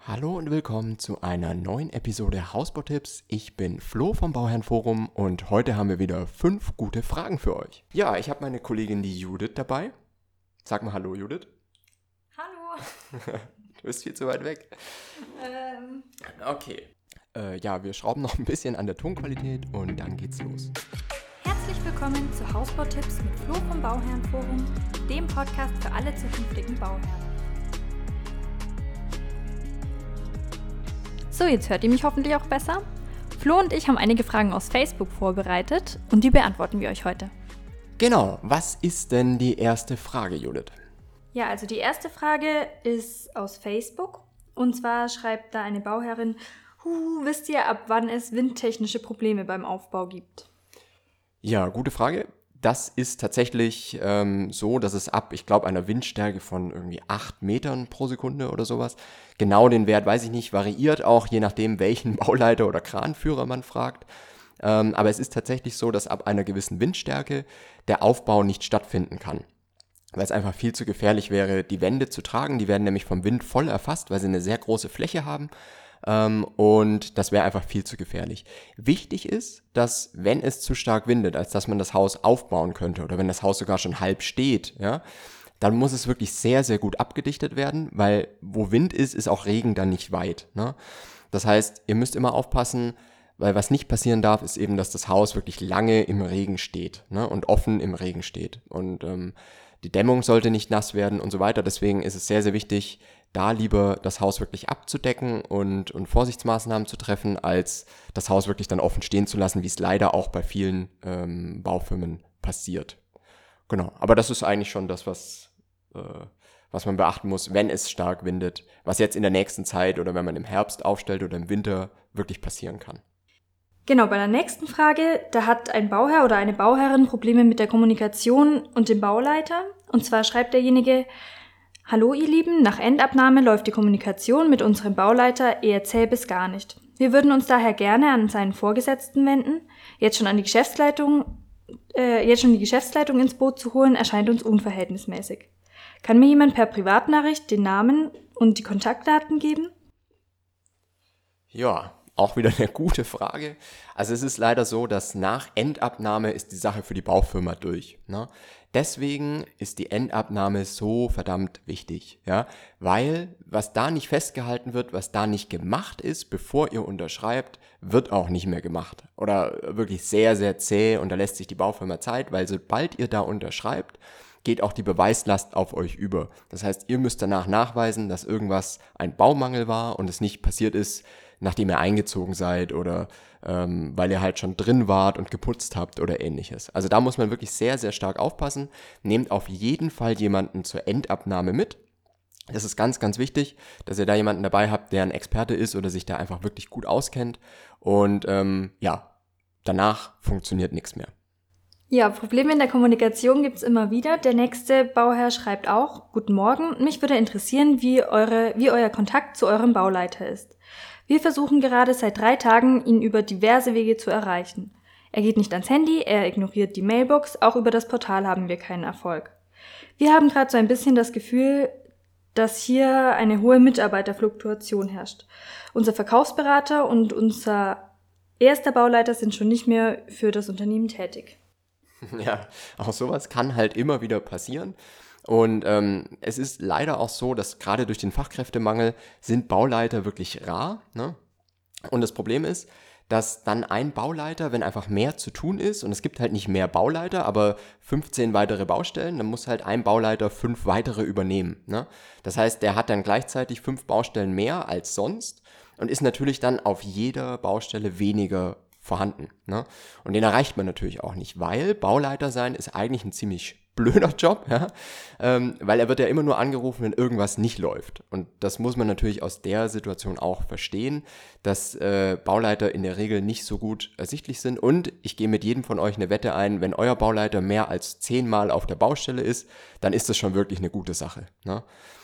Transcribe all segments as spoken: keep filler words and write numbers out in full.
Hallo und willkommen zu einer neuen Episode Hausbautipps. Ich bin Flo vom Bauherrenforum und heute haben wir wieder fünf gute Fragen für euch. Ja, ich habe meine Kollegin die Judith dabei. Sag mal Hallo, Judith. Hallo. Du bist viel zu weit weg. Ähm. Okay. Äh, ja, wir schrauben noch ein bisschen an der Tonqualität und dann geht's los. Herzlich willkommen zu Hausbautipps mit Flo vom Bauherrenforum, dem Podcast für alle zukünftigen Bauherren. So, jetzt hört ihr mich hoffentlich auch besser. Flo und ich haben einige Fragen aus Facebook vorbereitet und die beantworten wir euch heute. Genau, was ist denn die erste Frage, Judith? Ja, also die erste Frage ist aus Facebook und zwar schreibt da eine Bauherrin, Huh, wisst ihr, ab wann es windtechnische Probleme beim Aufbau gibt? Ja, gute Frage. Das ist tatsächlich ähm, so, dass es ab, ich glaube, einer Windstärke von irgendwie acht Metern pro Sekunde oder sowas, genau den Wert weiß ich nicht, variiert auch, je nachdem, welchen Bauleiter oder Kranführer man fragt. Ähm, aber es ist tatsächlich so, dass ab einer gewissen Windstärke der Aufbau nicht stattfinden kann. Weil es einfach viel zu gefährlich wäre, die Wände zu tragen. Die werden nämlich vom Wind voll erfasst, weil sie eine sehr große Fläche haben. Ähm, und das wäre einfach viel zu gefährlich. Wichtig ist, dass wenn es zu stark windet, als dass man das Haus aufbauen könnte oder wenn das Haus sogar schon halb steht, ja, dann muss es wirklich sehr, sehr gut abgedichtet werden, weil wo Wind ist, ist auch Regen dann nicht weit. Ne? Das heißt, ihr müsst immer aufpassen, weil was nicht passieren darf, ist eben, dass das Haus wirklich lange im Regen steht, ne, und offen im Regen steht. Und ähm, die Dämmung sollte nicht nass werden und so weiter. Deswegen ist es sehr, sehr wichtig, da lieber das Haus wirklich abzudecken und, und Vorsichtsmaßnahmen zu treffen, als das Haus wirklich dann offen stehen zu lassen, wie es leider auch bei vielen ähm, Baufirmen passiert. Genau, aber das ist eigentlich schon das, was, äh, was man beachten muss, wenn es stark windet, was jetzt in der nächsten Zeit oder wenn man im Herbst aufstellt oder im Winter wirklich passieren kann. Genau, bei der nächsten Frage, da hat ein Bauherr oder eine Bauherrin Probleme mit der Kommunikation und dem Bauleiter. Und zwar schreibt derjenige, Hallo ihr Lieben, nach Endabnahme läuft die Kommunikation mit unserem Bauleiter eher zäh bis gar nicht. Wir würden uns daher gerne an seinen Vorgesetzten wenden. Jetzt schon an die Geschäftsleitung, äh, jetzt schon die Geschäftsleitung ins Boot zu holen, erscheint uns unverhältnismäßig. Kann mir jemand per Privatnachricht den Namen und die Kontaktdaten geben? Ja, auch wieder eine gute Frage. Also es ist leider so, dass nach Endabnahme ist die Sache für die Baufirma durch. Ne? Deswegen ist die Endabnahme so verdammt wichtig, ja, weil was da nicht festgehalten wird, was da nicht gemacht ist, bevor ihr unterschreibt, wird auch nicht mehr gemacht oder wirklich sehr, sehr zäh und da lässt sich die Baufirma Zeit, weil sobald ihr da unterschreibt, geht auch die Beweislast auf euch über. Das heißt, ihr müsst danach nachweisen, dass irgendwas ein Baumangel war und es nicht passiert ist, nachdem ihr eingezogen seid oder ähm, weil ihr halt schon drin wart und geputzt habt oder ähnliches. Also da muss man wirklich sehr, sehr stark aufpassen. Nehmt auf jeden Fall jemanden zur Endabnahme mit. Das ist ganz, ganz wichtig, dass ihr da jemanden dabei habt, der ein Experte ist oder sich da einfach wirklich gut auskennt. Und ähm, ja, danach funktioniert nichts mehr. Ja, Probleme in der Kommunikation gibt's immer wieder. Der nächste Bauherr schreibt auch, Guten Morgen, mich würde interessieren, wie, eure, wie euer Kontakt zu eurem Bauleiter ist. Wir versuchen gerade seit drei Tagen, ihn über diverse Wege zu erreichen. Er geht nicht ans Handy, er ignoriert die Mailbox, auch über das Portal haben wir keinen Erfolg. Wir haben gerade so ein bisschen das Gefühl, dass hier eine hohe Mitarbeiterfluktuation herrscht. Unser Verkaufsberater und unser erster Bauleiter sind schon nicht mehr für das Unternehmen tätig. Ja, auch sowas kann halt immer wieder passieren. Und ähm, es ist leider auch so, dass gerade durch den Fachkräftemangel sind Bauleiter wirklich rar. Ne? Und das Problem ist, dass dann ein Bauleiter, wenn einfach mehr zu tun ist, und es gibt halt nicht mehr Bauleiter, aber fünfzehn weitere Baustellen, dann muss halt ein Bauleiter fünf weitere übernehmen. Ne? Das heißt, der hat dann gleichzeitig fünf Baustellen mehr als sonst und ist natürlich dann auf jeder Baustelle weniger vorhanden. Ne? Und den erreicht man natürlich auch nicht, weil Bauleiter sein ist eigentlich ein ziemlich blöder Job, ja? ähm, weil er wird ja immer nur angerufen, wenn irgendwas nicht läuft. Und das muss man natürlich aus der Situation auch verstehen, dass äh, Bauleiter in der Regel nicht so gut ersichtlich sind. Und ich gehe mit jedem von euch eine Wette ein, wenn euer Bauleiter mehr als zehnmal auf der Baustelle ist, dann ist das schon wirklich eine gute Sache. Ne?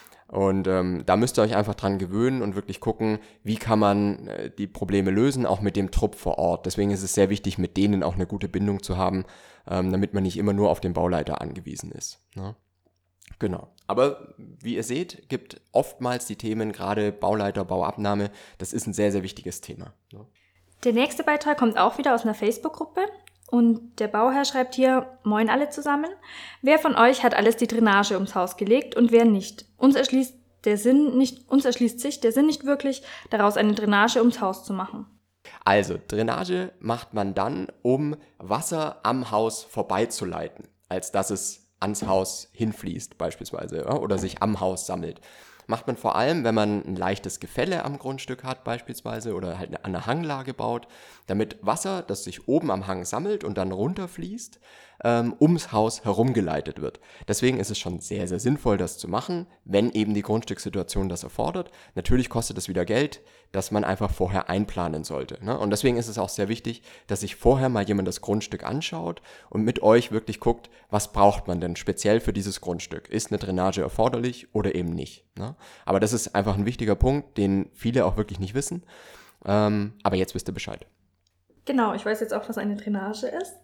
Und ähm, da müsst ihr euch einfach dran gewöhnen und wirklich gucken, wie kann man äh, die Probleme lösen, auch mit dem Trupp vor Ort. Deswegen ist es sehr wichtig, mit denen auch eine gute Bindung zu haben, ähm, damit man nicht immer nur auf den Bauleiter angewiesen ist. Ne? Genau. Aber wie ihr seht, gibt oftmals die Themen, gerade Bauleiter, Bauabnahme, das ist ein sehr, sehr wichtiges Thema. Ne? Der nächste Beitrag kommt auch wieder aus einer Facebook-Gruppe und der Bauherr schreibt hier: Moin alle zusammen. Wer von euch hat alles die Drainage ums Haus gelegt und wer nicht? Uns erschließt der Sinn nicht, uns erschließt sich der Sinn nicht wirklich, daraus eine Drainage ums Haus zu machen. Also, Drainage macht man dann, um Wasser am Haus vorbeizuleiten, als dass es ans Haus hinfließt beispielsweise, ja, oder sich am Haus sammelt. Macht man vor allem, wenn man ein leichtes Gefälle am Grundstück hat beispielsweise oder halt an eine Hanglage baut, damit Wasser, das sich oben am Hang sammelt und dann runterfließt, ähm, ums Haus herumgeleitet wird. Deswegen ist es schon sehr, sehr sinnvoll, das zu machen, wenn eben die Grundstückssituation das erfordert. Natürlich kostet es wieder Geld, das man einfach vorher einplanen sollte. Ne? Und deswegen ist es auch sehr wichtig, dass sich vorher mal jemand das Grundstück anschaut und mit euch wirklich guckt, was braucht man denn speziell für dieses Grundstück? Ist eine Drainage erforderlich oder eben nicht? Ne? Aber das ist einfach ein wichtiger Punkt, den viele auch wirklich nicht wissen. Ähm, aber jetzt wisst ihr Bescheid. Genau, ich weiß jetzt auch, was eine Drainage ist.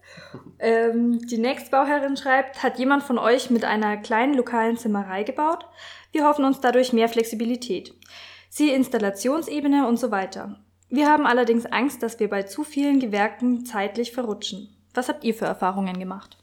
Ähm, die nächste Bauherrin schreibt: Hat jemand von euch mit einer kleinen lokalen Zimmerei gebaut? Wir hoffen uns dadurch mehr Flexibilität. Siehe Installationsebene und so weiter. Wir haben allerdings Angst, dass wir bei zu vielen Gewerken zeitlich verrutschen. Was habt ihr für Erfahrungen gemacht?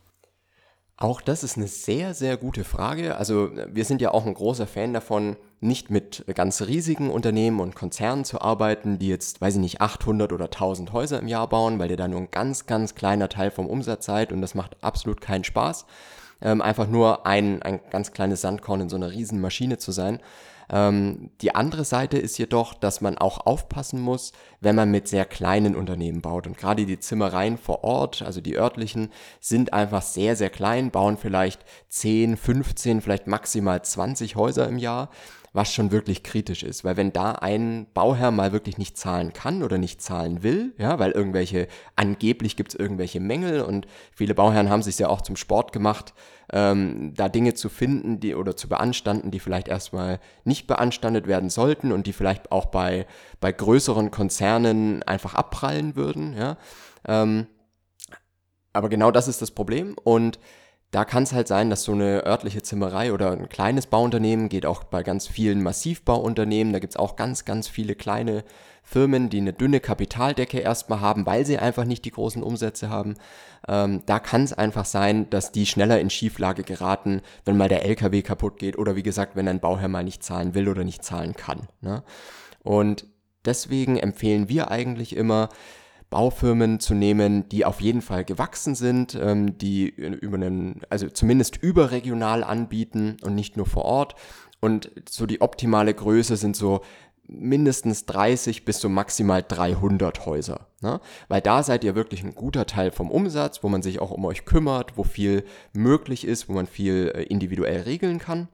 Auch das ist eine sehr, sehr gute Frage. Also wir sind ja auch ein großer Fan davon, nicht mit ganz riesigen Unternehmen und Konzernen zu arbeiten, die jetzt, weiß ich nicht, achthundert oder tausend Häuser im Jahr bauen, weil ihr da nur ein ganz, ganz kleiner Teil vom Umsatz seid und das macht absolut keinen Spaß. Ähm, einfach nur ein, ein ganz kleines Sandkorn in so einer riesen Maschine zu sein. Ähm, die andere Seite ist jedoch, dass man auch aufpassen muss, wenn man mit sehr kleinen Unternehmen baut. Und gerade die Zimmereien vor Ort, also die örtlichen, sind einfach sehr, sehr klein, bauen vielleicht zehn, fünfzehn, vielleicht maximal zwanzig Häuser im Jahr, was schon wirklich kritisch ist. Weil wenn da ein Bauherr mal wirklich nicht zahlen kann oder nicht zahlen will, ja, weil irgendwelche, angeblich gibt es irgendwelche Mängel und viele Bauherren haben sich ja auch zum Sport gemacht, ähm, da Dinge zu finden, die oder zu beanstanden, die vielleicht erstmal nicht beanstandet werden sollten und die vielleicht auch bei, bei größeren Konzernen einfach abprallen würden, ja. Ähm, aber genau das ist das Problem und da kann es halt sein, dass so eine örtliche Zimmerei oder ein kleines Bauunternehmen, geht auch bei ganz vielen Massivbauunternehmen, da gibt es auch ganz, ganz viele kleine Firmen, die eine dünne Kapitaldecke erstmal haben, weil sie einfach nicht die großen Umsätze haben. Ähm, da kann es einfach sein, dass die schneller in Schieflage geraten, wenn mal der L K W kaputt geht oder wie gesagt, wenn ein Bauherr mal nicht zahlen will oder nicht zahlen kann. Ne? Und deswegen empfehlen wir eigentlich immer, Baufirmen zu nehmen, die auf jeden Fall gewachsen sind, ähm, die über einen, also zumindest überregional anbieten und nicht nur vor Ort. Und so die optimale Größe sind so mindestens dreißig bis so maximal dreihundert Häuser. Ne? Weil da seid ihr wirklich ein guter Teil vom Umsatz, wo man sich auch um euch kümmert, wo viel möglich ist, wo man viel äh, individuell regeln kann.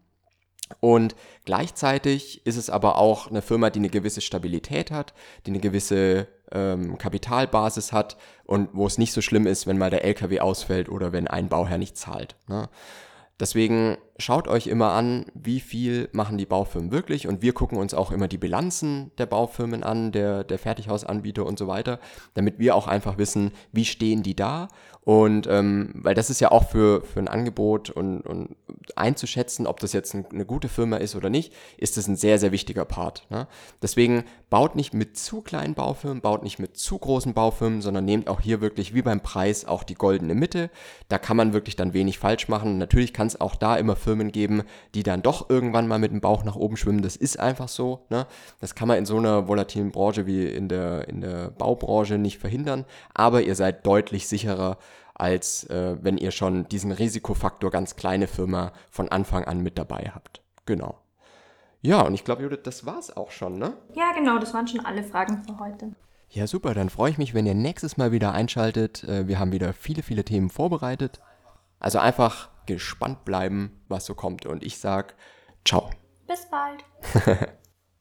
Und gleichzeitig ist es aber auch eine Firma, die eine gewisse Stabilität hat, die eine gewisse ähm, Kapitalbasis hat und wo es nicht so schlimm ist, wenn mal der L K W ausfällt oder wenn ein Bauherr nicht zahlt. Ne? Deswegen schaut euch immer an, wie viel machen die Baufirmen wirklich und wir gucken uns auch immer die Bilanzen der Baufirmen an, der, der Fertighausanbieter und so weiter, damit wir auch einfach wissen, wie stehen die da und ähm, weil das ist ja auch für, für ein Angebot und, und einzuschätzen, ob das jetzt ein, eine gute Firma ist oder nicht, ist das ein sehr, sehr wichtiger Part. Ne? Deswegen baut nicht mit zu kleinen Baufirmen, baut nicht mit zu großen Baufirmen, sondern nehmt auch hier wirklich wie beim Preis auch die goldene Mitte. Da kann man wirklich dann wenig falsch machen. Natürlich kann es auch da immer Firmen geben, die dann doch irgendwann mal mit dem Bauch nach oben schwimmen. Das ist einfach so. Ne? Das kann man in so einer volatilen Branche wie in der, in der Baubranche nicht verhindern. Aber ihr seid deutlich sicherer, als äh, wenn ihr schon diesen Risikofaktor ganz kleine Firma von Anfang an mit dabei habt. Genau. Ja, und ich glaube, Judith, das war's auch schon, ne? Ja, genau, das waren schon alle Fragen für heute. Ja, super, dann freue ich mich, wenn ihr nächstes Mal wieder einschaltet. Äh, wir haben wieder viele, viele Themen vorbereitet. Also einfach gespannt bleiben, was so kommt. Und ich sag ciao. Bis bald.